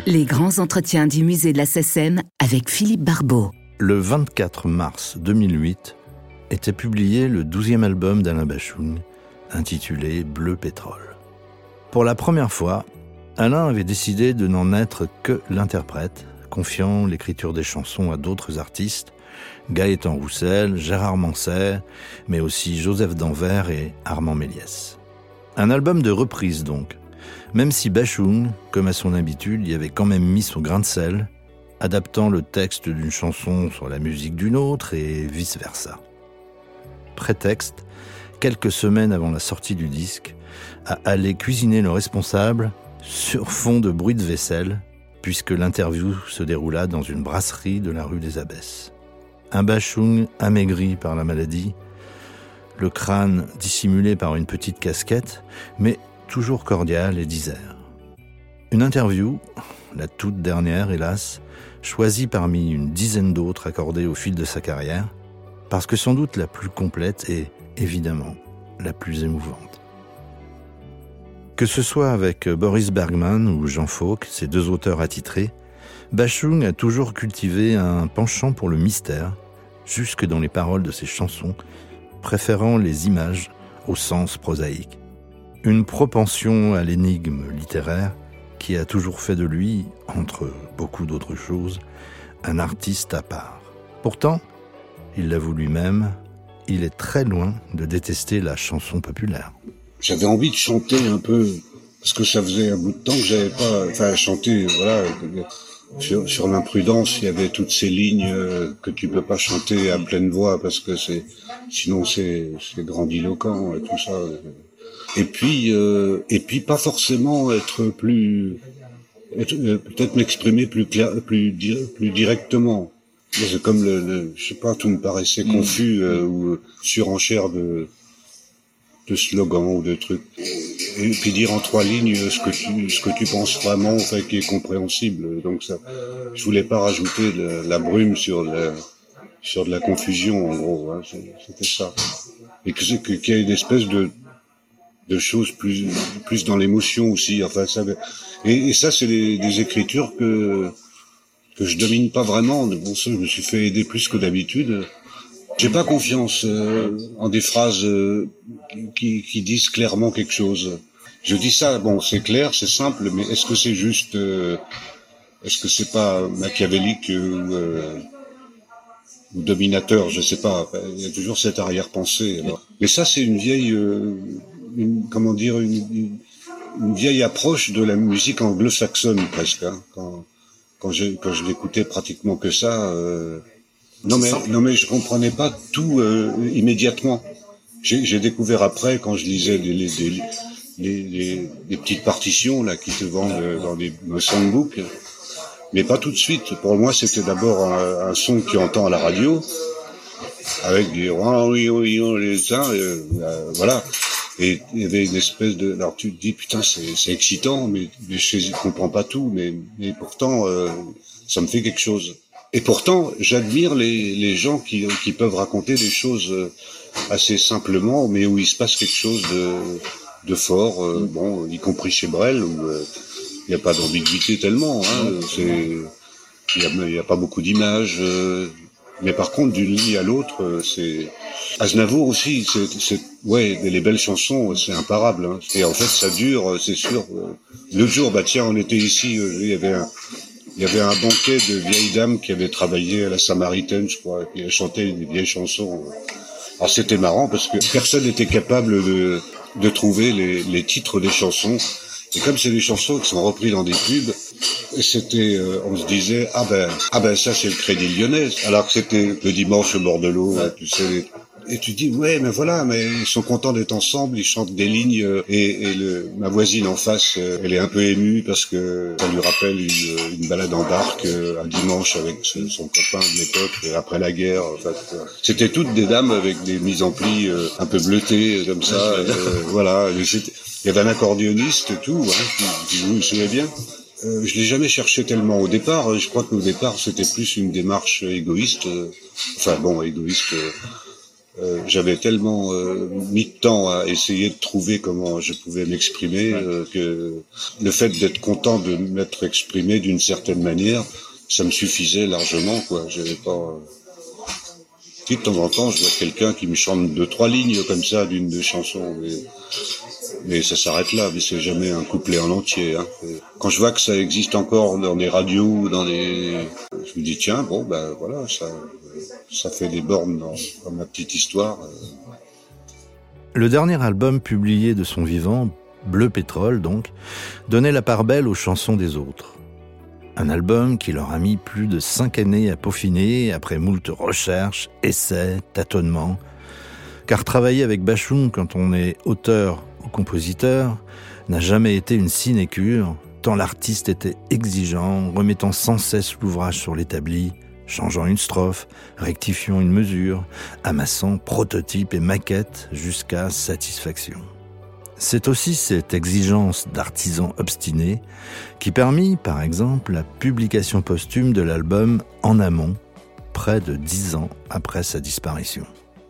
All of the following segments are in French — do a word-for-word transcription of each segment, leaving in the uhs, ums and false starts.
Les grands entretiens du musée de la Sacem avec Philippe Barbeau. Le vingt-quatre mars deux mille huit était publié le douzième album d'Alain Bashung, intitulé Bleu Pétrole. Pour la première fois, Alain avait décidé de n'en être que l'interprète, confiant l'écriture des chansons à d'autres artistes, Gaëtan Roussel, Gérard Manset, mais aussi Joseph Danvers et Armand Méliès. Un album de reprise donc, même si Bashung, comme à son habitude, y avait quand même mis son grain de sel, adaptant le texte d'une chanson sur la musique d'une autre et vice-versa. Prétexte, quelques semaines avant la sortie du disque, à aller cuisiner le responsable sur fond de bruit de vaisselle, puisque l'interview se déroula dans une brasserie de la rue des Abbesses. Un Bashung amaigri par la maladie, le crâne dissimulé par une petite casquette, mais toujours cordial et disert. Une interview, la toute dernière hélas, choisie parmi une dizaine d'autres accordées au fil de sa carrière, parce que sans doute la plus complète et, évidemment, la plus émouvante. Que ce soit avec Boris Bergman ou Jean Fauque, ces deux auteurs attitrés, Bashung a toujours cultivé un penchant pour le mystère, jusque dans les paroles de ses chansons, préférant les images au sens prosaïque. Une propension à l'énigme littéraire qui a toujours fait de lui, entre beaucoup d'autres choses, un artiste à part. Pourtant, il l'avoue lui-même, il est très loin de détester la chanson populaire. J'avais envie de chanter un peu, parce que ça faisait un bout de temps que j'avais pas, enfin, chanté, voilà, sur, sur l'imprudence, il y avait toutes ces lignes que tu peux pas chanter à pleine voix, parce que c'est, sinon c'est, c'est grandiloquent et tout ça. Et puis, euh, et puis pas forcément être plus, être, peut-être m'exprimer plus clair, plus, plus directement. C'est comme le, le, je sais pas, tout me paraissait confus euh, ou surenchère de, de slogans ou de trucs. Et puis dire en trois lignes ce que tu, ce que tu penses vraiment, enfin, qui est compréhensible. Donc ça, je voulais pas rajouter de, la brume sur le, sur de la confusion en gros. Hein, c'était ça. Et que c'est qu'il y a une espèce de de choses plus plus dans l'émotion aussi. Enfin ça. Et, et ça c'est des, des écritures que que je domine pas vraiment. Bon, ça, je me suis fait aider plus que d'habitude. J'ai pas confiance euh, en des phrases euh, qui, qui disent clairement quelque chose. Je dis ça, bon, c'est clair, c'est simple, mais est-ce que c'est juste, euh, est-ce que c'est pas machiavélique ou, euh, ou dominateur, je sais pas. Il y a toujours cette arrière-pensée. Alors. Mais ça, c'est une vieille, euh, une, comment dire, une, une, une vieille approche de la musique anglo-saxonne presque. Hein, quand, quand je, quand je l'écoutais pratiquement que ça. Euh, Non mais non mais je comprenais pas tout euh, immédiatement. J'ai, j'ai découvert après quand je lisais les les, les, les, les, les petites partitions là qui te vendent dans des songbooks, mais pas tout de suite. Pour moi, c'était d'abord un, un son que tu entends à la radio avec des oui oui oui ça, euh, euh, voilà. Et il y avait une espèce de. Alors tu te dis putain c'est c'est excitant, mais, mais je, je comprends pas tout, mais mais pourtant euh, ça me fait quelque chose. Et pourtant, j'admire les, les gens qui, qui peuvent raconter des choses assez simplement, mais où il se passe quelque chose de, de fort, euh, bon, y compris chez Brel, où il euh, n'y a pas d'ambiguïté tellement, hein, c'est, il y a, y a pas beaucoup d'images, euh, mais par contre, d'une ligne à l'autre, euh, c'est... Aznavour aussi, c'est, c'est, ouais, les belles chansons, c'est imparable, hein, et en fait, ça dure, c'est sûr. Euh, l'autre jour, bah tiens, on était ici, euh, il y avait un... Il y avait un banquet de vieilles dames qui avaient travaillé à la Samaritaine, je crois, et puis elles chantaient des vieilles chansons. Alors c'était marrant parce que personne n'était capable de, de trouver les, les titres des chansons. Et comme c'est des chansons qui sont reprises dans des pubs, c'était, euh, on se disait, ah ben, ah ben ça c'est le Crédit Lyonnais. Alors que c'était le dimanche au bord de l'eau, là, tu sais. Et tu dis, ouais, mais voilà, mais ils sont contents d'être ensemble, ils chantent des lignes, euh, et, et le, ma voisine en face, euh, elle est un peu émue parce que ça lui rappelle une, une balade en barque, euh, un dimanche avec ce, son copain de l'époque, euh, après la guerre. En fait, euh, c'était toutes des dames avec des mises en pli euh, un peu bleutées, comme ça, euh, voilà. Il y avait un accordéoniste et tout, hein, qui, qui vous souvenez bien. Euh, je l'ai jamais cherché tellement au départ. Je crois qu'au départ, c'était plus une démarche égoïste. Euh, enfin bon, égoïste... Euh, euh, j'avais tellement euh, mis de temps à essayer de trouver comment je pouvais m'exprimer euh, que le fait d'être content de m'être exprimé d'une certaine manière, ça me suffisait largement, quoi. J'avais pas. Euh... De temps en temps, je vois quelqu'un qui me chante deux, trois lignes comme ça d'une de chansons, mais, mais ça s'arrête là. Mais c'est jamais un couplet en entier. Hein. Quand je vois que ça existe encore dans des radios, dans des, je me dis tiens, bon ben voilà, ça, ça fait des bornes dans, dans ma petite histoire. Le dernier album publié de son vivant, Bleu Pétrole donc, donnait la part belle aux chansons des autres. Un album qui leur a mis plus de cinq années à peaufiner après moult recherches, essais, tâtonnements. Car travailler avec Bashung quand on est auteur ou compositeur n'a jamais été une sinécure, tant l'artiste était exigeant, remettant sans cesse l'ouvrage sur l'établi, changeant une strophe, rectifiant une mesure, amassant prototypes et maquettes jusqu'à satisfaction. C'est aussi cette exigence d'artisan obstiné qui permit, par exemple, la publication posthume de l'album En amont, près de dix ans après sa disparition.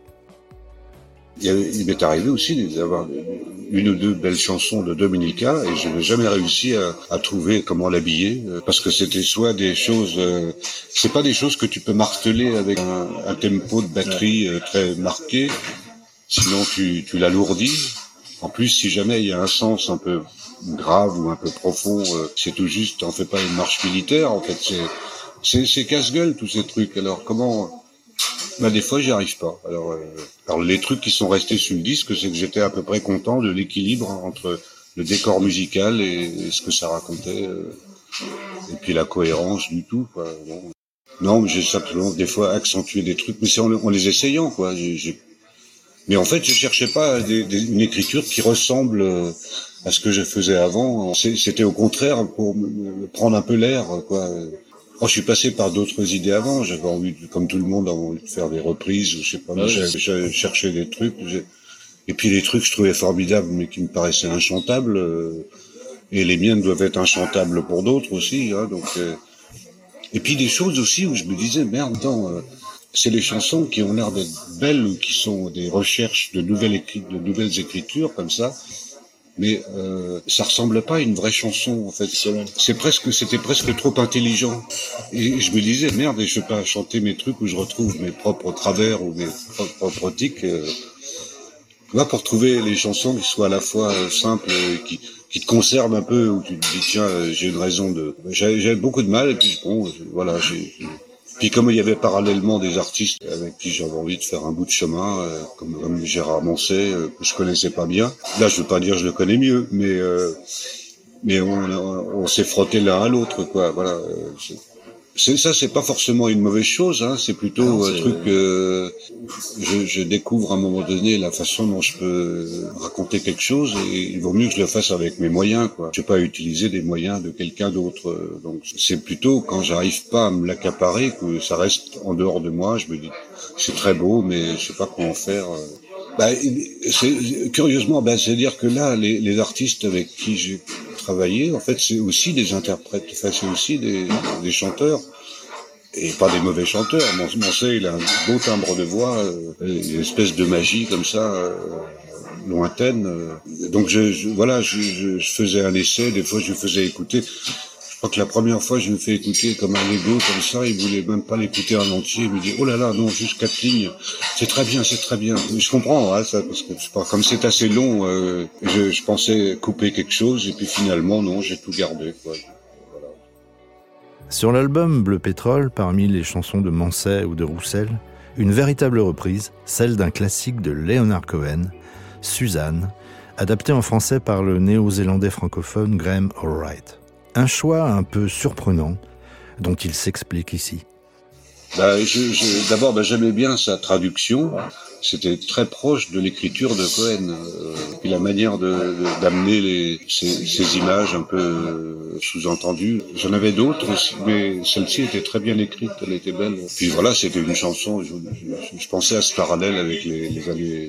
Il, y avait, il m'est arrivé aussi d'avoir une ou deux belles chansons de Dominica et je n'ai jamais réussi à, à trouver comment l'habiller parce que c'était soit des choses, euh, c'est pas des choses que tu peux marteler avec un, un tempo de batterie euh, très marqué, sinon tu, tu l'alourdis. En plus, si jamais il y a un sens un peu grave ou un peu profond, euh, c'est tout juste, t'en fais pas une marche militaire, en fait, c'est, c'est, c'est casse-gueule, tous ces trucs. Alors, comment, bah, des fois, j'y arrive pas. Alors, euh, alors, les trucs qui sont restés sur le disque, c'est que j'étais à peu près content de l'équilibre entre le décor musical et, et ce que ça racontait, euh, et puis la cohérence du tout, quoi. Bon. Non, mais j'ai simplement, des fois, accentué des trucs, mais c'est en, en les essayant, quoi. J'ai, j'ai Mais en fait, je cherchais pas des, des, une écriture qui ressemble à ce que je faisais avant. C'était au contraire pour me prendre un peu l'air, quoi. Oh, je suis passé par d'autres idées avant. J'avais envie, de, comme tout le monde, envie de faire des reprises, je sais pas. Ouais, j'ai cherché des trucs. Et puis les trucs, je trouvais formidables, mais qui me paraissaient inchantables. Et les miennes doivent être inchantables pour d'autres aussi. Hein, donc. Et puis des choses aussi où je me disais merde, attends. C'est les chansons qui ont l'air d'être belles ou qui sont des recherches de nouvelles, écrit- de nouvelles écritures comme ça, mais euh, ça ressemble pas à une vraie chanson en fait. C'est presque, c'était presque trop intelligent. Et je me disais merde, et je vais pas chanter mes trucs où je retrouve mes propres travers ou mes propres tics. Euh, là, pour trouver les chansons qui soient à la fois simples, et qui qui te conservent un peu, où tu te dis tiens, j'ai une raison de. J'avais, j'avais beaucoup de mal et puis bon, voilà, j'ai. Puis comme il y avait parallèlement des artistes avec qui j'avais envie de faire un bout de chemin, euh, comme, comme Gérard Manset, euh, que je connaissais pas bien. Là, je veux pas dire que je le connais mieux, mais euh, mais on, on, on s'est frotté l'un à l'autre, quoi. Voilà. Euh, c'est, ça, c'est pas forcément une mauvaise chose. Hein, c'est plutôt non, un truc. Euh, je, je découvre à un moment donné la façon dont je peux raconter quelque chose, et il vaut mieux que je le fasse avec mes moyens, quoi. Je vais pas utiliser des moyens de quelqu'un d'autre. Donc, c'est plutôt quand j'arrive pas à me l'accaparer que ça reste en dehors de moi. Je me dis, c'est très beau, mais je sais pas comment faire. Bah, c'est, curieusement, bah, c'est-à-dire que là, les, les artistes avec qui j'ai travaillé, en fait, c'est aussi des interprètes. Enfin, c'est aussi des, des chanteurs. Et pas des mauvais chanteurs. Manset, il a un beau timbre de voix, euh, une espèce de magie comme ça, euh, lointaine. Euh. Donc je, je voilà, je, je, je faisais un essai. Des fois, je faisais écouter. Je crois que la première fois, je me fais écouter comme un Lego, comme ça. Il voulait même pas l'écouter en entier. Il me dit oh là là, non, juste quatre lignes. C'est très bien, c'est très bien. Je comprends, hein, ça, parce que je sais pas, comme c'est assez long, euh, je, je pensais couper quelque chose et puis finalement, non, j'ai tout gardé, quoi. Sur l'album Bleu Pétrole, parmi les chansons de Manset ou de Roussel, une véritable reprise, celle d'un classique de Leonard Cohen, Suzanne, adapté en français par le néo-zélandais francophone Graham Allwright. Un choix un peu surprenant, dont il s'explique ici. Bah, je, je, d'abord, bah, j'aimais bien sa traduction. C'était très proche de l'écriture de Cohen. Euh, et la manière de, de, d'amener les, ces, ces images un peu euh, sous-entendues. J'en avais d'autres aussi, mais celle-ci était très bien écrite, elle était belle. Puis voilà, c'était une chanson. Je, je, je pensais à ce parallèle avec les, les années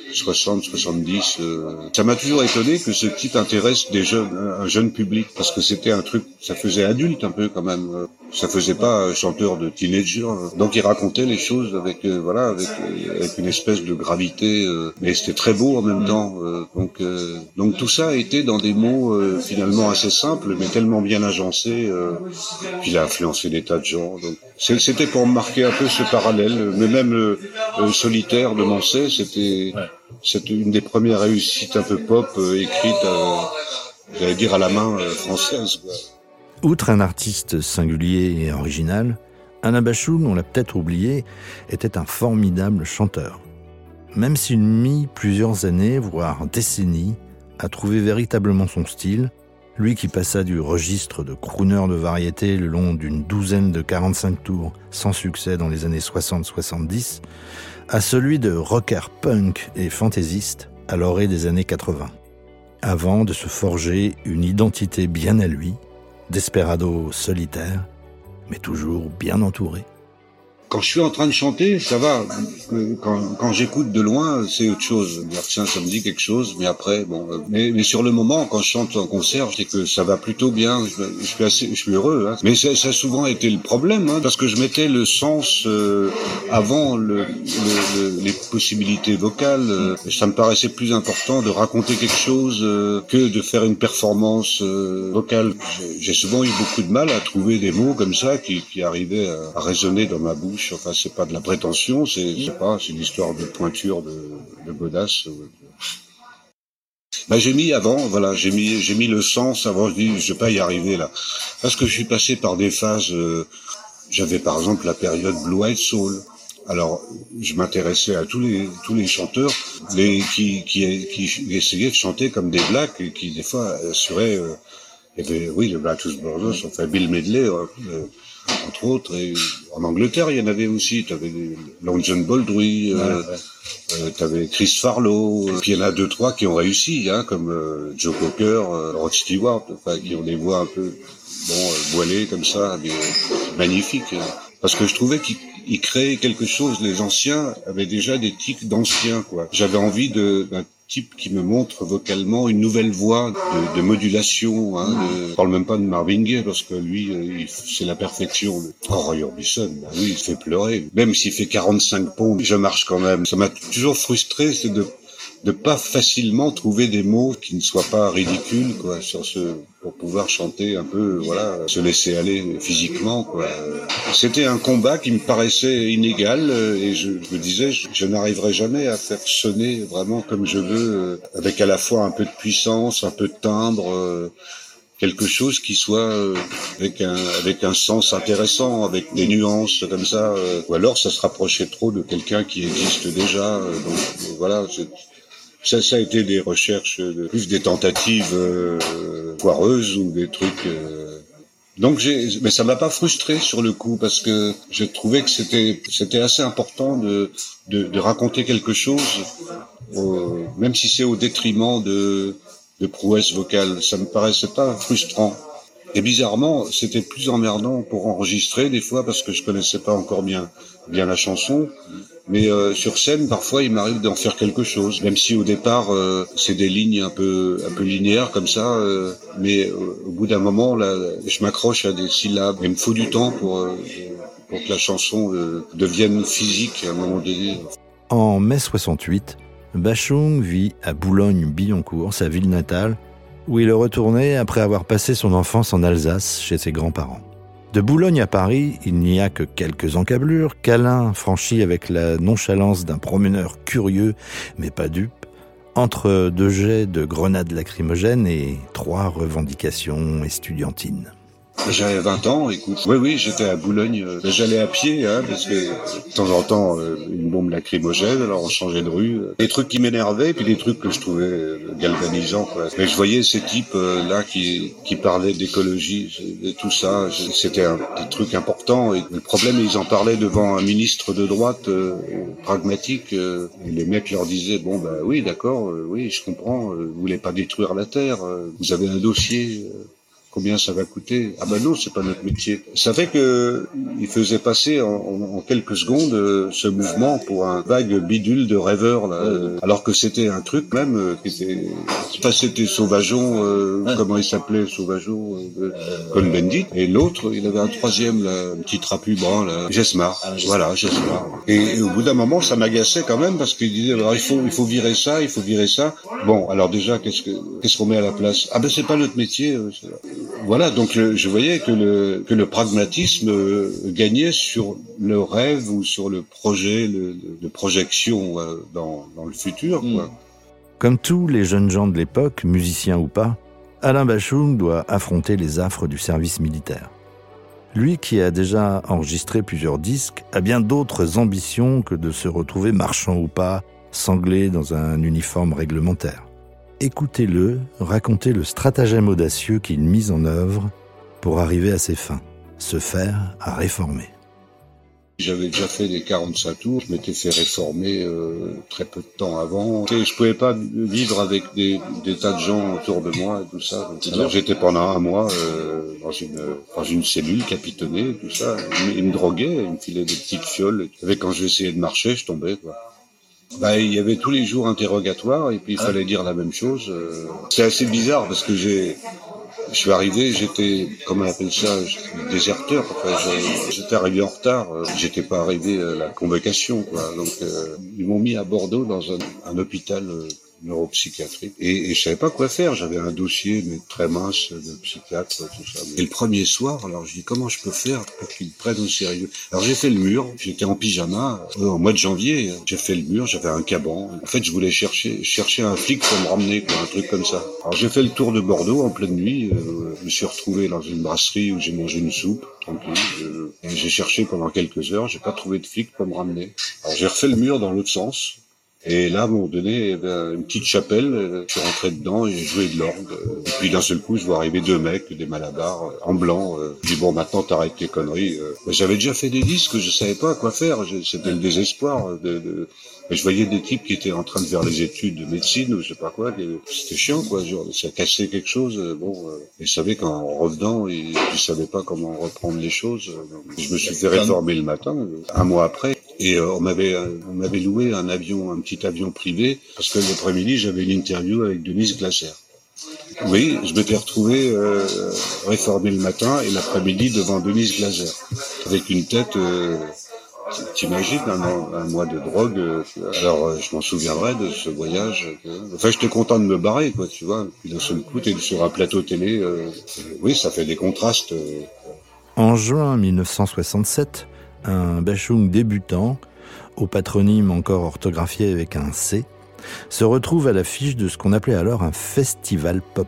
soixante, soixante-dix. Euh. Ça m'a toujours étonné que ce type intéresse des jeunes, un jeune public, parce que c'était un truc, ça faisait adulte un peu quand même. Ça faisait pas chanteur de teenager. Donc il racontait les choses avec, euh, voilà, avec, avec une espèce de gravité, euh, mais c'était très beau en même temps. Euh, donc, euh, donc tout ça a été dans des mots euh, finalement assez simples, mais tellement bien agencés. Euh, puis il a influencé des tas de gens. Donc c'était pour marquer un peu ce parallèle. Mais même euh, euh, Solitaire de Mancet, c'était, ouais. C'était une des premières réussites un peu pop euh, écrites, euh, j'allais dire à la main euh, française, quoi. Outre un artiste singulier et original, Alain Bashung, on l'a peut-être oublié, était un formidable chanteur. Même s'il mit plusieurs années, voire décennies, à trouver véritablement son style, lui qui passa du registre de crooner de variété le long d'une douzaine de quarante-cinq tours sans succès dans les années soixante soixante-dix, à celui de rocker punk et fantaisiste à l'orée des années quatre-vingts, avant de se forger une identité bien à lui, desperado solitaire, mais toujours bien entouré. Quand je suis en train de chanter, ça va. Quand, quand j'écoute de loin, c'est autre chose. Tiens, ça me dit quelque chose, mais après, bon. Mais, mais sur le moment, quand je chante en concert, c'est que ça va plutôt bien. Je, je suis assez, je suis heureux. Hein. Mais ça, ça a souvent été le problème, hein, parce que je mettais le sens euh, avant le, le, le, les possibilités vocales. Euh, ça me paraissait plus important de raconter quelque chose euh, que de faire une performance euh, vocale. J'ai, j'ai souvent eu beaucoup de mal à trouver des mots comme ça qui, qui arrivaient à, à résonner dans ma bouche. Enfin, c'est pas de la prétention, c'est, je sais pas, c'est une histoire de pointure, de, de godasse. Ben, j'ai mis avant, voilà, j'ai mis, j'ai mis le sens avant, je dis, je vais pas y arriver, là. Parce que je suis passé par des phases, euh, j'avais par exemple la période Blue Eyed Soul. Alors, je m'intéressais à tous les, tous les chanteurs, les, qui, qui, qui essayaient de chanter comme des blacks et qui, des fois, assuraient, euh, il y avait, oui, les Black Brothers, enfin, Bill Medley, euh, entre autres, et en Angleterre, il y en avait aussi, t'avais Long John Baldry, euh, ouais, ouais. Euh, t'avais Chris Farlow, et puis il y en a deux, trois qui ont réussi, hein, comme euh, Joe Cocker, euh, Rod Stewart, enfin, qui ont des voix un peu, bon, euh, voilées comme ça, mais euh, magnifiques. Hein. Parce que je trouvais qu'ils créaient quelque chose, les anciens avaient déjà des tics d'anciens, quoi. J'avais envie de, d'un type qui me montre vocalement une nouvelle voie de, de modulation. Hein, de, je parle même pas de Marvin Gaye parce que lui, il, c'est la perfection. Oh, Roy Orbison, bah oui, il fait pleurer. Même s'il fait quarante-cinq pompes, je marche quand même. Ça m'a toujours frustré, c'est de de pas facilement trouver des mots qui ne soient pas ridicules, quoi, sur ce, pour pouvoir chanter un peu, voilà, se laisser aller physiquement, quoi. C'était un combat qui me paraissait inégal, et je, je me disais, je, je n'arriverai jamais à faire sonner vraiment comme je veux, avec à la fois un peu de puissance, un peu de timbre, quelque chose qui soit avec un avec un sens intéressant, avec des nuances comme ça, ou alors ça se rapprochait trop de quelqu'un qui existe déjà. Donc voilà, c'est, ça, ça a été des recherches, de, plus des tentatives euh, foireuses ou des trucs. Euh... Donc j'ai, mais ça m'a pas frustré sur le coup parce que je trouvais que c'était c'était assez important de de, de raconter quelque chose, euh, même si c'est au détriment de de prouesse vocale. Ça me paraissait pas frustrant. Et bizarrement, c'était plus emmerdant pour enregistrer des fois parce que je connaissais pas encore bien bien la chanson. Mais euh, sur scène, parfois, il m'arrive d'en faire quelque chose, même si au départ, euh, c'est des lignes un peu un peu linéaires comme ça. Euh, mais euh, au bout d'un moment, là, je m'accroche à des syllabes. Il me faut du temps pour euh, pour que la chanson euh, devienne physique à un moment donné. En mai soixante-huit, Bashung vit à Boulogne-Billancourt, sa ville natale, où il est retourné après avoir passé son enfance en Alsace chez ses grands-parents. De Boulogne à Paris, il n'y a que quelques encablures qu'Alain franchit avec la nonchalance d'un promeneur curieux, mais pas dupe, entre deux jets de grenades lacrymogènes et trois revendications estudiantines. J'avais vingt ans, écoute. Oui, oui, j'étais à Boulogne. Euh, j'allais à pied, hein, parce que de temps en temps, euh, une bombe lacrymogène, alors on changeait de rue. Des trucs qui m'énervaient, puis des trucs que je trouvais euh, galvanisants, quoi. Mais je voyais ces types euh, là qui qui parlaient d'écologie et tout ça. C'était un des trucs importants. Et le problème, ils en parlaient devant un ministre de droite euh, pragmatique. Euh, et les mecs leur disaient, bon, bah oui, d'accord, euh, oui, je comprends. Euh, vous voulez pas détruire la terre. Euh, vous avez un dossier. Euh, Combien ça va coûter? Ah ben non, c'est pas notre métier. Ça fait que il faisait passer en, en, en quelques secondes euh, ce mouvement pour un vague bidule de rêveur là, euh, alors que c'était un truc même euh, qui était, c'est pas c'était Sauvageon, euh, ouais. Comment il s'appelait Sauvageon, euh, Cohn-Bendit, et l'autre, il avait un troisième là, un petit trapu brun là, Jesmar. Ah, voilà, Jesmar. Et, et au bout d'un moment, ça m'agaçait quand même parce qu'il disait, alors il faut, il faut virer ça, il faut virer ça. Bon, alors déjà, qu'est-ce que, qu'est-ce qu'on met à la place? Ah ben c'est pas notre métier. Euh, Voilà, donc le, je voyais que le, que le pragmatisme euh, gagnait sur le rêve ou sur le projet le, de projection euh, dans, dans le futur, quoi. Mmh. Comme tous les jeunes gens de l'époque, musiciens ou pas, Alain Bashung doit affronter les affres du service militaire. Lui qui a déjà enregistré plusieurs disques a bien d'autres ambitions que de se retrouver marchand ou pas, sanglé dans un uniforme réglementaire. Écoutez-le raconter le stratagème audacieux qu'il mit en œuvre pour arriver à ses fins, se faire à réformer. J'avais déjà fait des quarante-cinq tours, je m'étais fait réformer euh, très peu de temps avant. Et je pouvais pas vivre avec des, des tas de gens autour de moi et tout ça. Donc, alors j'étais pendant un mois euh, dans une dans une cellule capitonnée, tout ça. Il, il me droguait, il me filait des petites fioles. Et quand j'essayais de marcher, je tombais, quoi. Bah, il y avait tous les jours interrogatoire et puis il fallait dire la même chose. Euh, c'est assez bizarre parce que j'ai, je suis arrivé, j'étais, comment on appelle ça, déserteur. Enfin, j'étais arrivé en retard. J'étais pas arrivé à la convocation, quoi. Donc, euh, ils m'ont mis à Bordeaux dans un, un hôpital euh, neuropsychiatrique et, et je savais pas quoi faire. J'avais un dossier mais très mince de psychiatre, tout ça. Et le premier soir, alors je dis comment je peux faire pour qu'ils me prennent au sérieux. Alors j'ai fait le mur. J'étais en pyjama euh, au mois de janvier. J'ai fait le mur. J'avais un caban. En fait, je voulais chercher chercher un flic pour me ramener, quoi, un truc comme ça. Alors j'ai fait le tour de Bordeaux en pleine nuit. Euh, je me suis retrouvé dans une brasserie où j'ai mangé une soupe tranquille. Euh, et j'ai cherché pendant quelques heures. J'ai pas trouvé de flic pour me ramener. Alors j'ai refait le mur dans l'autre sens. Et là, à un moment donné, il y avait une petite chapelle, je suis rentré dedans et j'ai joué de l'orgue. Et puis d'un seul coup, je vois arriver deux mecs, des malabars, en blanc. Je dis, bon, maintenant, t'arrêtes tes conneries. J'avais déjà fait des disques, je savais pas quoi faire. C'était le désespoir. De, de... Je voyais des types qui étaient en train de faire les études de médecine ou je sais pas quoi. C'était chiant, quoi. Genre, ça cassait quelque chose. Bon, ils savaient qu'en revenant, ils, ils savaient pas comment reprendre les choses. Je me suis fait réformer le matin, un mois après. Et euh, on m'avait on m'avait loué un avion, un petit avion privé, parce que l'après-midi, j'avais une interview avec Denise Glaser. Oui, je m'étais retrouvé euh, réformé le matin et l'après-midi devant Denise Glaser, avec une tête, euh, t'imagines, un, un mois de drogue. Euh, alors, euh, je m'en souviendrai de ce voyage. Euh, enfin, j'étais content de me barrer, quoi, tu vois. Puis d'un seul coup, t'es sur un plateau télé. Euh, oui, ça fait des contrastes. Euh. En juin mille neuf cent soixante-sept, un Bashung débutant, au patronyme encore orthographié avec un C, se retrouve à l'affiche de ce qu'on appelait alors un festival pop.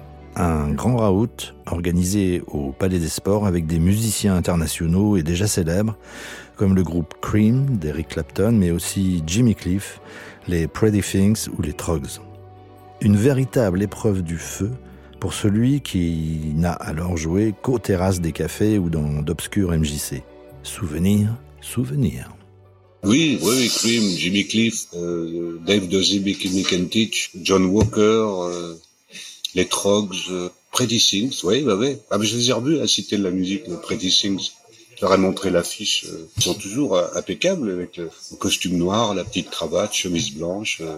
Un grand raout organisé au Palais des Sports avec des musiciens internationaux et déjà célèbres, comme le groupe Cream d'Eric Clapton, mais aussi Jimmy Cliff, les Pretty Things ou les Troggs. Une véritable épreuve du feu pour celui qui n'a alors joué qu'aux terrasses des cafés ou dans d'obscurs M J C. Souvenir, souvenir. Oui, oui, oui, Cream, Jimmy Cliff, euh, Dave Dozy, Mickey Kentich, John Walker, euh, les Troggs, euh, Pretty Things, oui, bah oui. Ah, mais je les ai revus à la Cité de la Musique, les Pretty Things. Je leur ai montré l'affiche. Euh, ils sont toujours euh, impeccables avec le, le costume noir, la petite cravate, chemise blanche. Euh,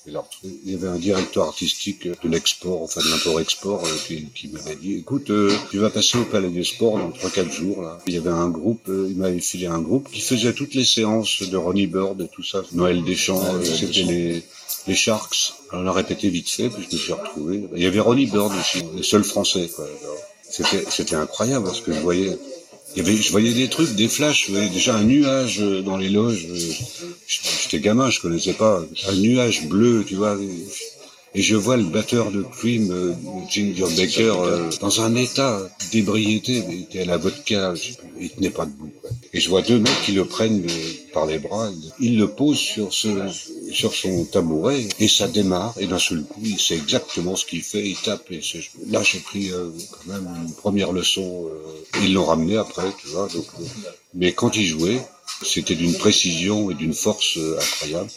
Il y avait un directeur artistique de l'export, enfin de l'import-export, euh, qui, qui m'avait dit, écoute, euh, tu vas passer au Palais des Sports dans trois quatre jours. Là. Il y avait un groupe, euh, il m'avait filé un groupe qui faisait toutes les séances de Ronnie Bird et tout ça. Noël Deschamps, ah, euh, c'était les, les Sharks. Alors, on a répété vite fait, puis je me suis retrouvé. Il y avait Ronnie Bird aussi, le seul français. Quoi. Alors, c'était, c'était incroyable parce que je voyais... Il y avait, je voyais des trucs, des flashs, je voyais déjà un nuage dans les loges. J'étais gamin, je connaissais pas. Un nuage bleu, tu vois. Et je vois le batteur de Cream, Ginger Baker, euh, dans un état d'ébriété, il était à la vodka, il tenait pas debout. Et je vois deux mecs qui le prennent par les bras, ils le posent sur ce, sur son tabouret, et ça démarre, et d'un seul coup, il sait exactement ce qu'il fait, il tape, et c'est, là j'ai pris euh, quand même une première leçon, euh, ils l'ont ramené après, tu vois, donc, euh, mais quand il jouait, c'était d'une précision et d'une force euh, incroyable.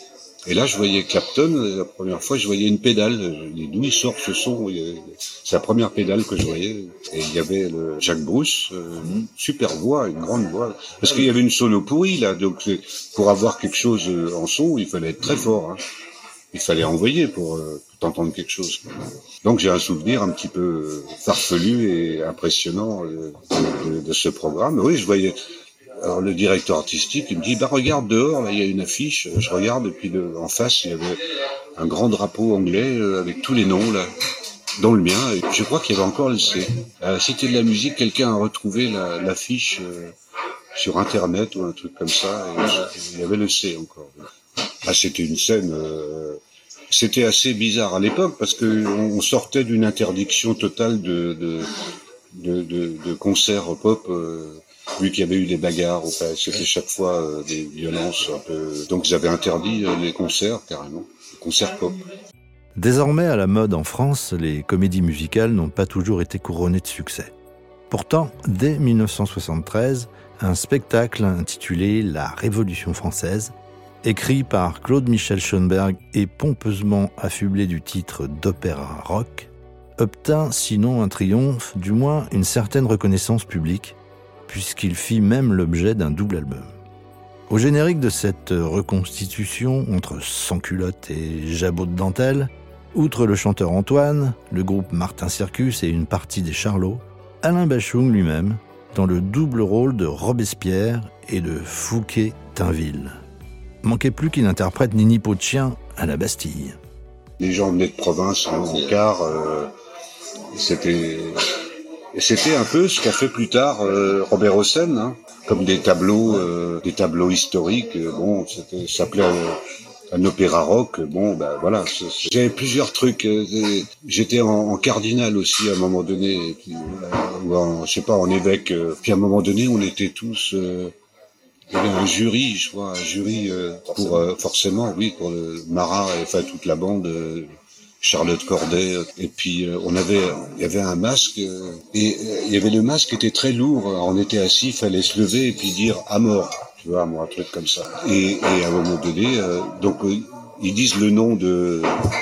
Et là, je voyais Clapton, la première fois, je voyais une pédale. Je dis, d'où il sort ce son? C'est la première pédale que je voyais. Et il y avait le Jacques Bruce, euh, une super voix, une grande voix. Parce qu'il y avait une sono pourrie, là. Donc, pour avoir quelque chose en son, il fallait être très fort, hein. Il fallait envoyer pour euh, t'entendre quelque chose. Donc, j'ai un souvenir un petit peu farfelu et impressionnant de, de, de ce programme. Oui, je voyais... Alors le directeur artistique, il me dit, bah regarde dehors, là il y a une affiche. Je regarde et puis le, en face il y avait un grand drapeau anglais euh, avec tous les noms là, dont le mien. Et je crois qu'il y avait encore le C. Euh, C'était de la musique, quelqu'un a retrouvé la, l'affiche euh, sur internet ou un truc comme ça. Et il y avait le C encore. Ah, c'était une scène. Euh, c'était assez bizarre à l'époque parce que on sortait d'une interdiction totale de de de, de, de concerts pop. Euh, Vu qu'il y avait eu des bagarres, enfin, c'était chaque fois euh, des violences un peu... Donc ils avaient interdit euh, les concerts, carrément, les concerts pop. Désormais à la mode en France, les comédies musicales n'ont pas toujours été couronnées de succès. Pourtant, dès dix-neuf cent soixante-treize, un spectacle intitulé « La Révolution française », écrit par Claude Michel Schoenberg et pompeusement affublé du titre d'opéra rock, obtint sinon un triomphe, du moins une certaine reconnaissance publique, puisqu'il fit même l'objet d'un double album. Au générique de cette reconstitution, entre sans-culottes et jabots de dentelle, outre le chanteur Antoine, le groupe Martin Circus et une partie des Charlots, Alain Bachung lui-même, dans le double rôle de Robespierre et de Fouquet-Tinville. Manquait plus qu'il interprète Nini Pot de Chien à la Bastille. Les gens venaient de province en car, euh, c'était... Et c'était un peu ce qu'a fait plus tard euh, Robert Hossein, hein, comme des tableaux, euh, des tableaux historiques. Euh, bon, c'était, ça s'appelait un, un opéra rock. Bon, ben voilà. J'avais plusieurs trucs. Euh, j'étais en, en cardinal aussi à un moment donné, et puis, euh, ou en, je sais pas, en évêque. Euh, puis à un moment donné, on était tous. Euh, il y avait un jury, je crois, un jury euh, pour euh, forcément, oui, pour le Marat et enfin toute la bande. Euh, Charlotte Corday, et puis euh, on avait, il y avait un masque, euh, et euh, il y avait le masque qui était très lourd. Alors, on était assis, il fallait se lever et puis dire à mort, tu vois, moi un truc comme ça. Et, et à un moment donné, euh, donc euh, ils disent le nom de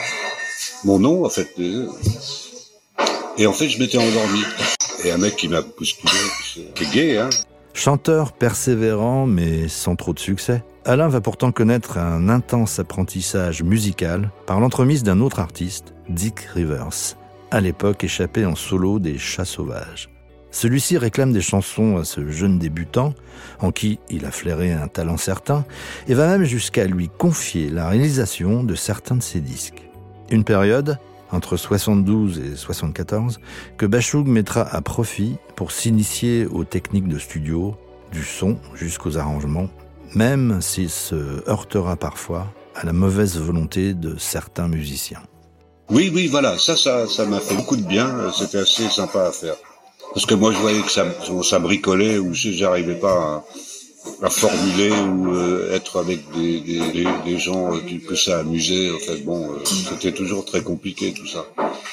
mon nom en fait, euh, et en fait je m'étais endormi. Et un mec qui m'a bousculé, qui est gay, hein. Chanteur persévérant mais sans trop de succès, Alain va pourtant connaître un intense apprentissage musical par l'entremise d'un autre artiste, Dick Rivers, à l'époque échappé en solo des Chats Sauvages. Celui-ci réclame des chansons à ce jeune débutant, en qui il a flairé un talent certain, et va même jusqu'à lui confier la réalisation de certains de ses disques. Une période, entre soixante-douze et soixante-quatorze, que Bachung mettra à profit pour s'initier aux techniques de studio, du son jusqu'aux arrangements, même s'il se heurtera parfois à la mauvaise volonté de certains musiciens. Oui, oui, voilà, ça, ça, ça m'a fait beaucoup de bien, c'était assez sympa à faire. Parce que moi, je voyais que ça, ça bricolait, ou j'arrivais pas à, à formuler, ou euh, être avec des, des, des, des gens que ça amusait. En fait, bon, euh, c'était toujours très compliqué, tout ça.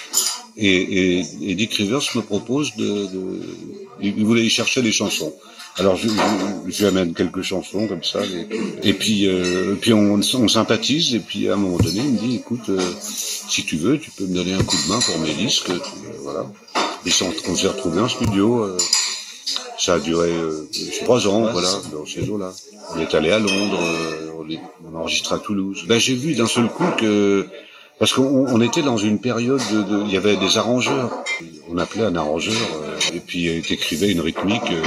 Et, et, et Dick Rivers me propose de, de... Il voulait y chercher des chansons. Alors je, je, je lui amène quelques chansons comme ça, et, et puis euh, puis on, on sympathise, et puis à un moment donné il me dit écoute, euh, si tu veux tu peux me donner un coup de main pour mes disques, euh, voilà. Et on s'est retrouvés en studio, euh, ça a duré euh, trois ans, voilà, dans ces eaux-là. On est allé à Londres, euh, on, est, on a enregistré à Toulouse. Ben j'ai vu d'un seul coup que parce qu'on on était dans une période de, de, il y avait des arrangeurs, on appelait un arrangeur, euh, et puis il écrivait une rythmique. Euh,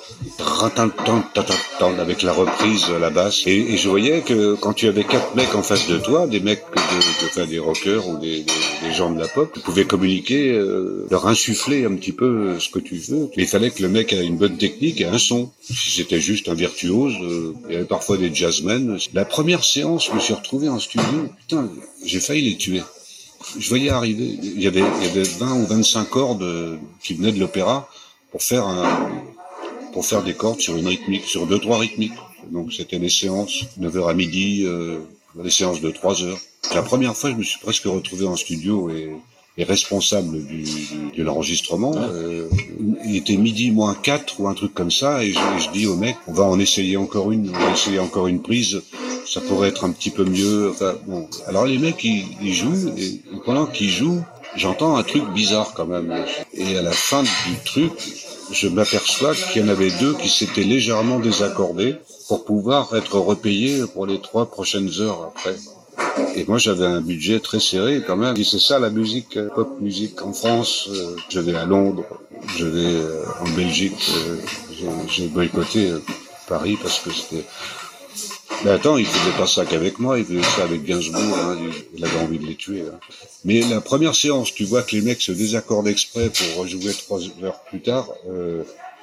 avec la reprise, la basse, et, et je voyais que quand tu avais quatre mecs en face de toi, des mecs, de, de, enfin, des rockers ou des, des, des gens de la pop, tu pouvais communiquer, euh, leur insuffler un petit peu ce que tu veux, mais il fallait que le mec ait une bonne technique et un son. Si c'était juste un virtuose, euh, il y avait parfois des jazzmen. La première séance, je me suis retrouvé en studio, putain, j'ai failli les tuer. Je voyais arriver, il y avait, il y avait vingt ou vingt-cinq cordes qui venaient de l'opéra pour faire un pour faire des cordes sur une rythmique, sur deux, trois rythmiques. Donc c'était des séances, neuf heures à midi, euh, des séances de trois heures. La première fois, je me suis presque retrouvé en studio et, et responsable du, du, de l'enregistrement. Euh, il était midi moins quatre ou un truc comme ça, et je, et je dis au mec, on va en essayer encore une, on va essayer encore une prise ça pourrait être un petit peu mieux. Enfin, bon. Alors les mecs, ils, ils jouent, et pendant qu'ils jouent, j'entends un truc bizarre quand même. Et à la fin du truc, je m'aperçois qu'il y en avait deux qui s'étaient légèrement désaccordés pour pouvoir être repayés pour les trois prochaines heures après. Et moi, j'avais un budget très serré quand même. Et c'est ça la musique, pop musique en France. Je vais à Londres, je vais en Belgique. J'ai, j'ai boycotté Paris parce que c'était... Mais attends, il faisait pas ça qu'avec moi, il faisait ça avec Gainsbourg, hein, il avait envie de les tuer. Hein. Mais la première séance, tu vois que les mecs se désaccordent exprès pour rejouer trois heures plus tard, euh,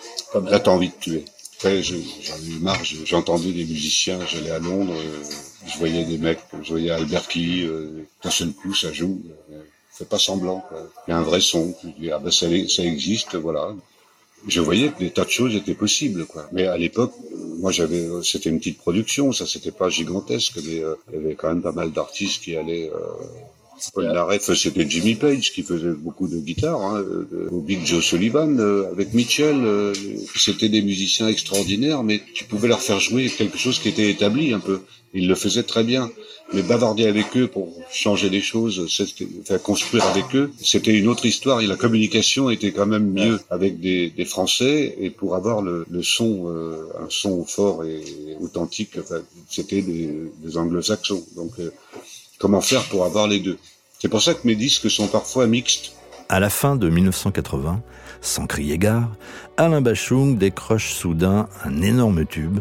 là t'as envie de tuer. Après, je, j'en ai eu marre, j'entendais des musiciens, j'allais à Londres, euh, je voyais des mecs, je voyais Albert Key, euh, d'un seul coup ça joue, euh, fais pas semblant, quoi. Il y a un vrai son, tu dis, ah ben ça, ça existe, voilà. Je voyais que des tas de choses étaient possibles, quoi. Mais à l'époque, moi j'avais, c'était une petite production, ça c'était pas gigantesque, mais euh, il y avait quand même pas mal d'artistes qui allaient. Euh, Paul Naref, c'était Jimmy Page qui faisait beaucoup de guitare, hein, euh, au Big Joe Sullivan euh, avec Mitchell. Euh, c'était des musiciens extraordinaires, mais tu pouvais leur faire jouer quelque chose qui était établi un peu. Ils le faisaient très bien. Mais bavarder avec eux pour changer les choses, enfin, construire avec eux, c'était une autre histoire. Et la communication était quand même mieux avec des, des Français. Et pour avoir le, le son, euh, un son fort et authentique, enfin, c'était des, des Anglo-Saxons. Donc, euh, comment faire pour avoir les deux? C'est pour ça que mes disques sont parfois mixtes. À la fin de dix-neuf cent quatre-vingts, sans crier gare, Alain Bachung décroche soudain un énorme tube,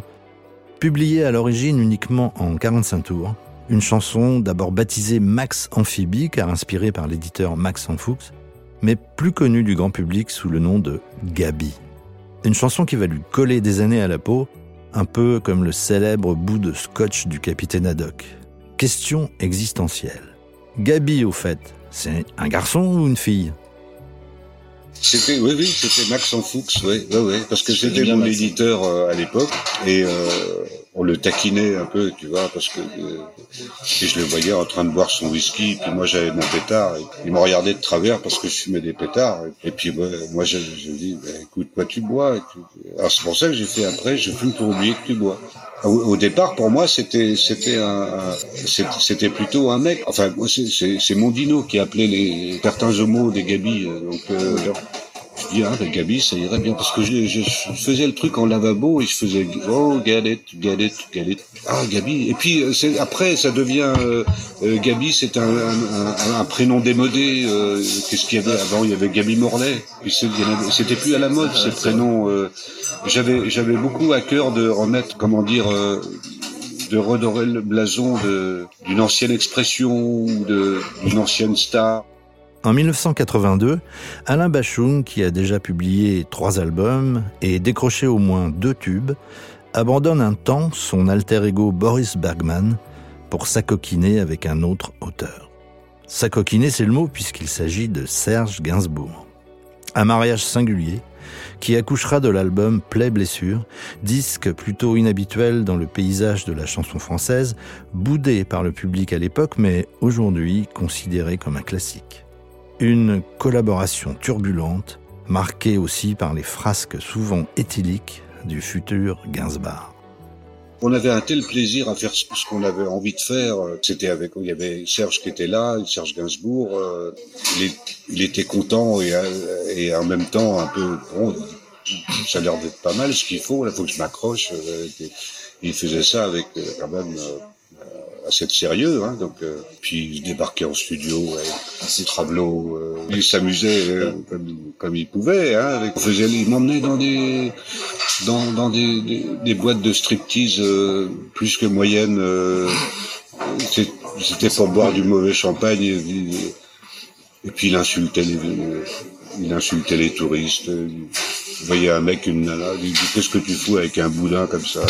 publié à l'origine uniquement en quarante-cinq tours. Une chanson d'abord baptisée Max Amphibie, car inspirée par l'éditeur Max Fuchs, mais plus connue du grand public sous le nom de Gaby. Une chanson qui va lui coller des années à la peau, un peu comme le célèbre bout de scotch du capitaine Haddock. Question existentielle. Gaby, au fait, c'est un garçon ou une fille ? C'était, oui, oui, c'était Max Fuchs, oui, oui, oui, parce que c'était mon éditeur euh, à l'époque, et euh, on le taquinait un peu, tu vois, parce que euh, et je le voyais en train de boire son whisky, puis moi j'avais mon pétard, et il me regardait de travers parce que je fumais des pétards, et, et puis ouais, moi je, je dis, bah, écoute, quoi tu bois et tu... Alors c'est pour ça que j'ai fait après, je fume pour oublier que tu bois. Au, au départ, pour moi, c'était c'était un, un c'était plutôt un mec. Enfin, moi, c'est c'est, c'est Mondino qui appelait les certains homos des Gaby. Donc, euh, je dis ah, ben Gaby, ça irait bien parce que je, je, je faisais le truc en lavabo et je faisais oh get it, get it, get it. Ah Gaby. Et puis c'est, après, ça devient euh, euh, Gaby, c'est un, un, un, un prénom démodé. Euh, qu'est-ce qu'il y avait avant? Il y avait Gaby Morlaix. Puis c'est, c'était plus à la mode ces prénoms. Euh, j'avais j'avais beaucoup à cœur de remettre, comment dire. Euh, de redorer le blason de, d'une ancienne expression ou de, d'une ancienne star. En dix-neuf cent quatre-vingt-deux, Alain Bachung, qui a déjà publié trois albums et décroché au moins deux tubes, abandonne un temps son alter ego Boris Bergman pour s'acoquiner avec un autre auteur. S'acoquiner, c'est le mot puisqu'il s'agit de Serge Gainsbourg. Un mariage singulier qui accouchera de l'album Plaies-Blessures, disque plutôt inhabituel dans le paysage de la chanson française, boudé par le public à l'époque, mais aujourd'hui considéré comme un classique. Une collaboration turbulente, marquée aussi par les frasques souvent éthyliques du futur Gainsbourg. On avait un tel plaisir à faire ce qu'on avait envie de faire. C'était avec, il y avait Serge qui était là, Serge Gainsbourg. Euh, il, est, il était content et, et en même temps un peu, bon, ça a l'air d'être pas mal ce qu'il faut. Là, faut que je m'accroche. Il faisait ça avec quand même euh, assez de sérieux, hein. Donc, euh, puis il débarquait en studio avec ses travelots. Euh, il s'amusait euh, comme, comme il pouvait. Hein, on faisait, il m'emmenait dans des dans, dans des, des, des boîtes de striptease euh, plus que moyennes. Euh, c'était pour boire du mauvais champagne. Et, et puis il insultait les, il insultait les touristes. Il voyait un mec, une nana, il dit qu'est-ce que tu fous avec un boudin comme ça?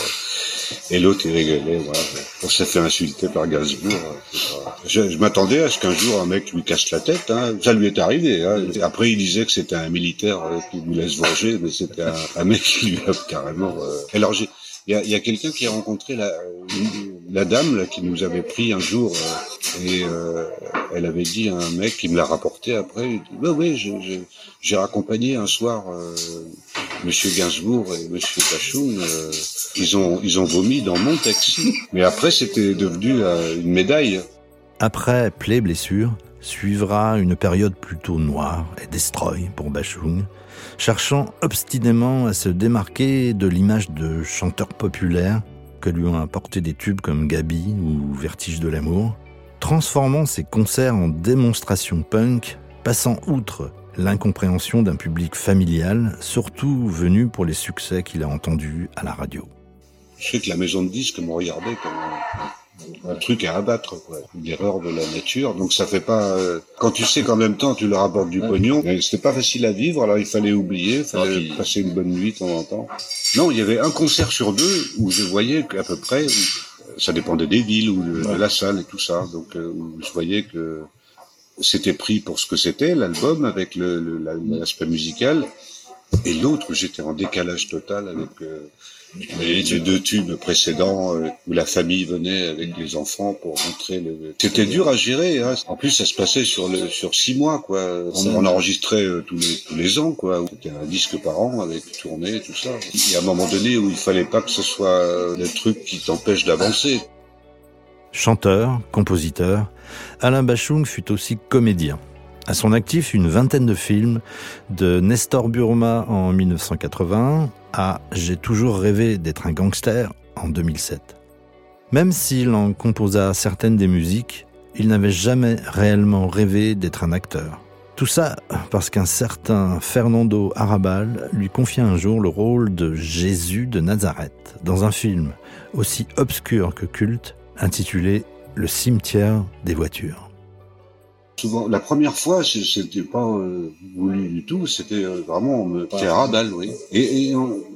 Et l'autre il rigolait. Voilà. On s'est fait insulter par Gainsbourg. Je, je m'attendais à ce qu'un jour un mec lui casse la tête. Hein. Ça lui est arrivé. Hein. Après il disait que c'était un militaire euh, qui voulait se venger, mais c'était un, un mec qui lui a carrément. Euh... Alors j'ai, il y a, y a quelqu'un qui a rencontré la, la dame là, qui nous avait pris un jour euh, et euh, elle avait dit à un mec qui me l'a rapporté après. Il dit, ouais ouais, je, je, j'ai raccompagné un soir euh, Monsieur Gainsbourg et Monsieur Bachung, euh, ils ont ils ont vomi dans mon texte. Mais après, c'était devenu euh, une médaille. Après Plaies blessures, suivra une période plutôt noire et destroy pour Bachung, cherchant obstinément à se démarquer de l'image de chanteur populaire que lui ont apporté des tubes comme Gabi ou Vertige de l'amour, transformant ses concerts en démonstrations punk, passant outre l'incompréhension d'un public familial, surtout venu pour les succès qu'il a entendus à la radio. Je sais que la maison de disques me regardait comme un, un truc à abattre, quoi. Une erreur de la nature. Donc ça fait pas... Euh, quand tu sais qu'en même temps tu leur apportes du pognon, c'était pas facile à vivre, alors il fallait oublier, il fallait okay. passer une bonne nuit de temps en temps. Non, il y avait un concert sur deux où je voyais qu'à peu près, où, ça dépendait des villes ou de, ouais. de la salle et tout ça, donc euh, où je voyais que c'était pris pour ce que c'était, l'album, avec le, le, l'aspect musical, et l'autre, j'étais en décalage total avec euh, les, les deux tubes précédents, euh, où la famille venait avec les enfants pour montrer le... C'était dur à gérer, hein. En plus, ça se passait sur le sur six mois, quoi. On, on enregistrait euh, tous les tous les ans, quoi. C'était un disque par an, avec tournée, tout ça. Il y a un moment donné où il fallait pas que ce soit le truc qui t'empêche d'avancer. Chanteur, compositeur, Alain Bachung fut aussi comédien. À son actif, une vingtaine de films, de Nestor Burma en dix-neuf cent quatre-vingt-un à J'ai toujours rêvé d'être un gangster en deux mille sept. Même s'il en composa certaines des musiques, il n'avait jamais réellement rêvé d'être un acteur. Tout ça parce qu'un certain Fernando Arrabal lui confia un jour le rôle de Jésus de Nazareth dans un film aussi obscur que culte, intitulé « Le cimetière des voitures ». Souvent, la première fois, c'était pas euh, voulu du tout, c'était euh, vraiment me tirer à balle, oui. Et, et,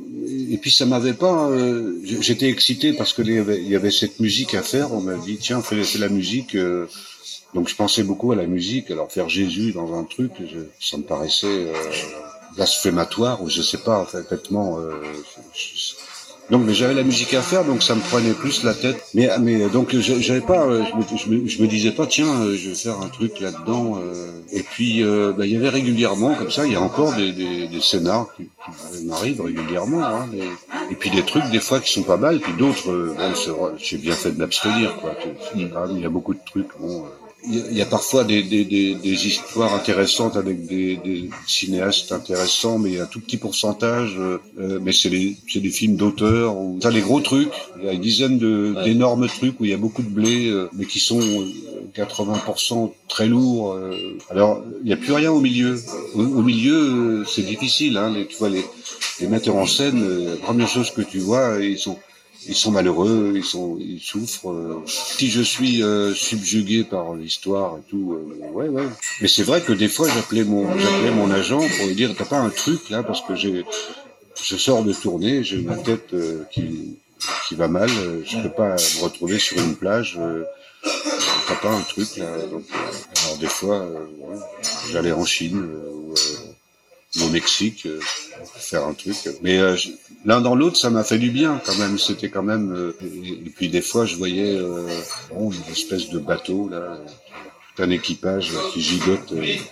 et puis ça m'avait pas... Euh, j'étais excité parce que il y, avait, il y avait cette musique à faire, on m'a dit, tiens, fais, fais la musique. Euh, donc je pensais beaucoup à la musique, alors faire Jésus dans un truc, je, ça me paraissait euh, blasphématoire, ou je sais pas, en fait, complètement... Euh, je, je, Donc, mais j'avais la musique à faire, donc ça me prenait plus la tête. Mais, mais donc, j'avais pas, je me, je me, je me disais pas, tiens, je vais faire un truc là-dedans. Euh. Et puis, euh, bah, il y avait régulièrement, comme ça, il y a encore des, des, des scénars qui, qui m'arrivent régulièrement. Hein, mais... Et puis des trucs, des fois, qui sont pas mal, puis d'autres, euh, bon, j'ai bien fait de m'abstenir, quoi. Il y a beaucoup de trucs, bon... Euh... Il y a parfois des, des, des, des histoires intéressantes avec des, des cinéastes intéressants, mais il y a un tout petit pourcentage. Euh, mais c'est, les, c'est des films d'auteurs. Ou... T'as les gros trucs. Il y a une dizaine de, ouais. d'énormes trucs où il y a beaucoup de blé, euh, mais qui sont quatre-vingts pour cent très lourds. Euh. Alors, il n'y a plus rien au milieu. Au, au milieu, euh, c'est difficile. Hein, les, tu vois, les, les metteurs en scène, euh, la première chose que tu vois, ils sont... Ils sont malheureux, ils sont, ils souffrent. Euh. Si je suis euh, subjugué par l'histoire et tout, euh, ouais, ouais. Mais c'est vrai que des fois, j'appelais mon, j'appelais mon agent pour lui dire, t'as pas un truc là, parce que j'ai, je sors de tournée, j'ai ma tête euh, qui, qui va mal, euh, je peux pas me retrouver sur une plage. Euh, t'as pas un truc là. Donc, euh, alors des fois, euh, ouais, j'allais en Chine euh, ou euh, au Mexique. Euh, faire un truc, mais euh, je, l'un dans l'autre, ça m'a fait du bien quand même. C'était quand même. Euh, et, et puis des fois, je voyais euh, bon, une espèce de bateau là, tout un équipage là, qui gigote. Euh, et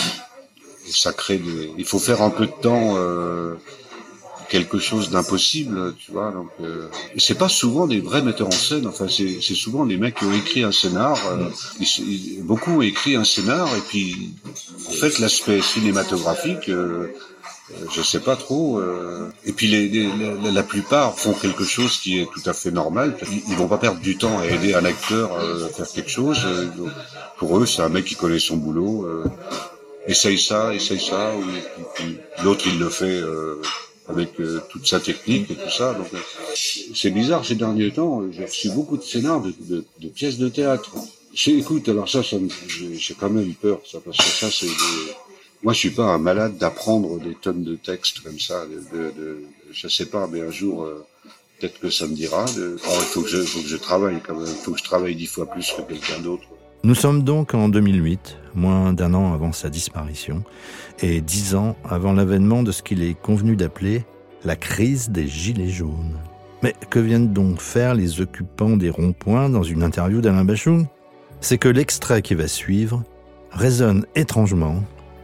ça crée des. Il faut faire un peu de temps. Euh, quelque chose d'impossible, tu vois. Donc, euh, et c'est pas souvent des vrais metteurs en scène. Enfin, c'est, c'est souvent des mecs qui ont écrit un scénar. Euh, ils, ils, beaucoup ont écrit un scénar, et puis en fait, l'aspect cinématographique. Euh, Je sais pas trop. Euh... Et puis les, les, la, la plupart font quelque chose qui est tout à fait normal. Ils, ils vont pas perdre du temps à aider un acteur à faire quelque chose. Donc, pour eux, c'est un mec qui connaît son boulot. Euh... Essaye ça, essaye ça. Ou, et puis, l'autre, il le fait euh, avec euh, toute sa technique et tout ça. Donc, euh, c'est bizarre ces derniers temps. J'ai reçu beaucoup de scénars de, de, de pièces de théâtre. J'ai, écoute, alors ça, ça me, j'ai, j'ai quand même peur, ça, parce que ça, c'est des... Moi, je suis pas un malade d'apprendre des tonnes de textes comme ça. De, de, de, je sais pas, mais un jour, euh, peut-être que ça me dira. De, oh, il faut que je, faut que je travaille quand même. Il faut que je travaille dix fois plus que quelqu'un d'autre. Nous sommes donc en deux mille huit, moins d'un an avant sa disparition, et dix ans avant l'avènement de ce qu'il est convenu d'appeler la crise des Gilets jaunes. Mais que viennent donc faire les occupants des ronds-points dans une interview d'Alain Bachung ? C'est que l'extrait qui va suivre résonne étrangement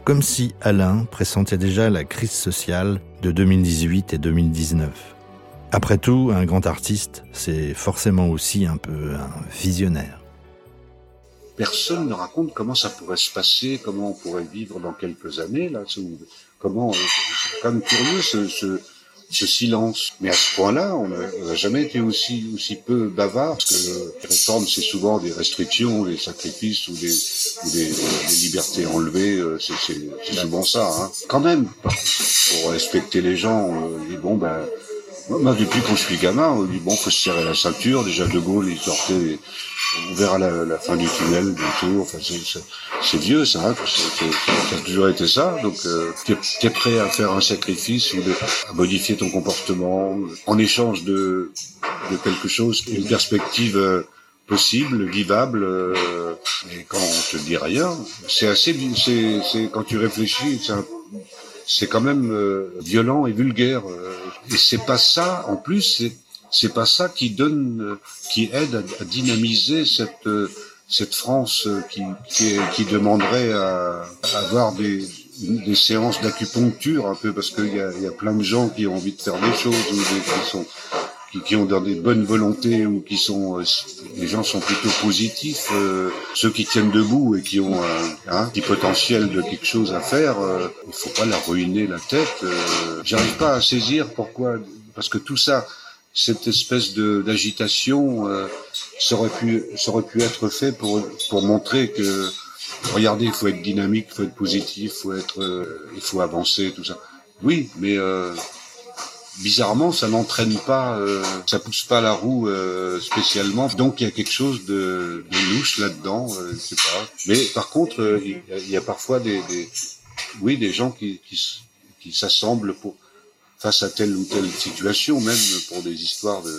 Comme si Alain pressentait déjà la crise sociale de deux mille dix-huit et deux mille dix-neuf. Après tout, un grand artiste, c'est forcément aussi un peu un visionnaire. Personne ne raconte comment ça pourrait se passer, comment on pourrait vivre dans quelques années, là, comment, c'est quand même curieux ce, ce, ce silence. Mais à ce point-là, on n'a jamais été aussi, aussi peu bavard, parce que les réformes, c'est souvent des restrictions, des sacrifices ou des, ou des, des libertés enlevées, c'est, c'est, c'est souvent ça, hein. Quand même, pour respecter les gens, on dit bon, ben, moi, depuis quand je suis gamin, on dit bon, faut se serrer la ceinture, déjà De Gaulle, il sortait, on verra la, la fin du tunnel bientôt. Enfin, c'est, c'est, c'est vieux, ça. Hein, c'est, c'est, ça a toujours été ça. Donc, euh, t'es, t'es prêt à faire un sacrifice ou de, à modifier ton comportement en échange de, de quelque chose, une perspective euh, possible, vivable. Euh, et quand on te dit rien, c'est assez, c'est, c'est quand tu réfléchis, c'est, un, c'est quand même euh, violent et vulgaire. Euh, et c'est pas ça. En plus, c'est c'est pas ça qui donne, qui aide à, à dynamiser cette cette France qui qui, qui demanderait à, à avoir des des séances d'acupuncture un peu, parce qu'il y a il y a plein de gens qui ont envie de faire des choses ou des, qui sont qui, qui ont des bonnes volontés ou qui sont les gens sont plutôt positifs, euh, ceux qui tiennent debout et qui ont un, un petit potentiel de quelque chose à faire, euh, il faut pas leur ruiner la tête. Euh, j'arrive pas à saisir pourquoi, parce que tout ça, cette espèce de d'agitation, euh, ça aurait pu ça aurait pu être fait pour pour montrer que regardez, il faut être dynamique, il faut être positif, il faut être euh, il faut avancer, tout ça. Oui, mais euh, bizarrement, ça n'entraîne pas, euh, ça pousse pas la roue euh, spécialement. Donc il y a quelque chose de, de louche là-dedans, euh, je sais pas. Mais par contre, euh, il, y a, il y a parfois des, des oui des gens qui qui, qui s'assemblent pour face à telle ou telle situation, même pour des histoires de,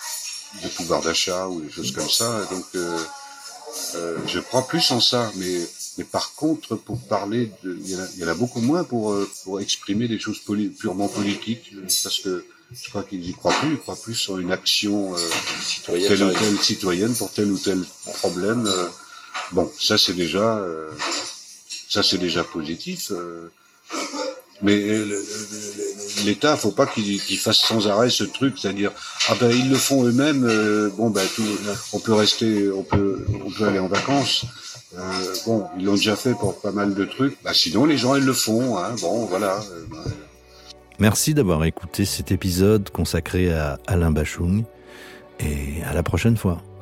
de pouvoir d'achat ou des choses comme ça. Donc, euh, euh, je crois plus en ça. Mais, mais par contre, pour parler, de, il y en a, il y en a beaucoup moins pour pour exprimer des choses poli- purement politiques, parce que je crois qu'ils y croient plus. Ils croient plus sur une action euh, citoyenne, telle ou telle citoyenne pour tel ou tel problème. Euh, bon, ça c'est déjà, euh, ça c'est déjà positif. Euh, Mais l'État, faut pas qu'il, qu'il fasse sans arrêt ce truc, c'est-à-dire ah ben ils le font eux-mêmes, euh, bon ben tout, on peut rester, on peut, on peut aller en vacances. Euh, bon, ils l'ont déjà fait pour pas mal de trucs. Bah sinon les gens ils le font, hein. Bon voilà. Merci d'avoir écouté cet épisode consacré à Alain Bashung et à la prochaine fois.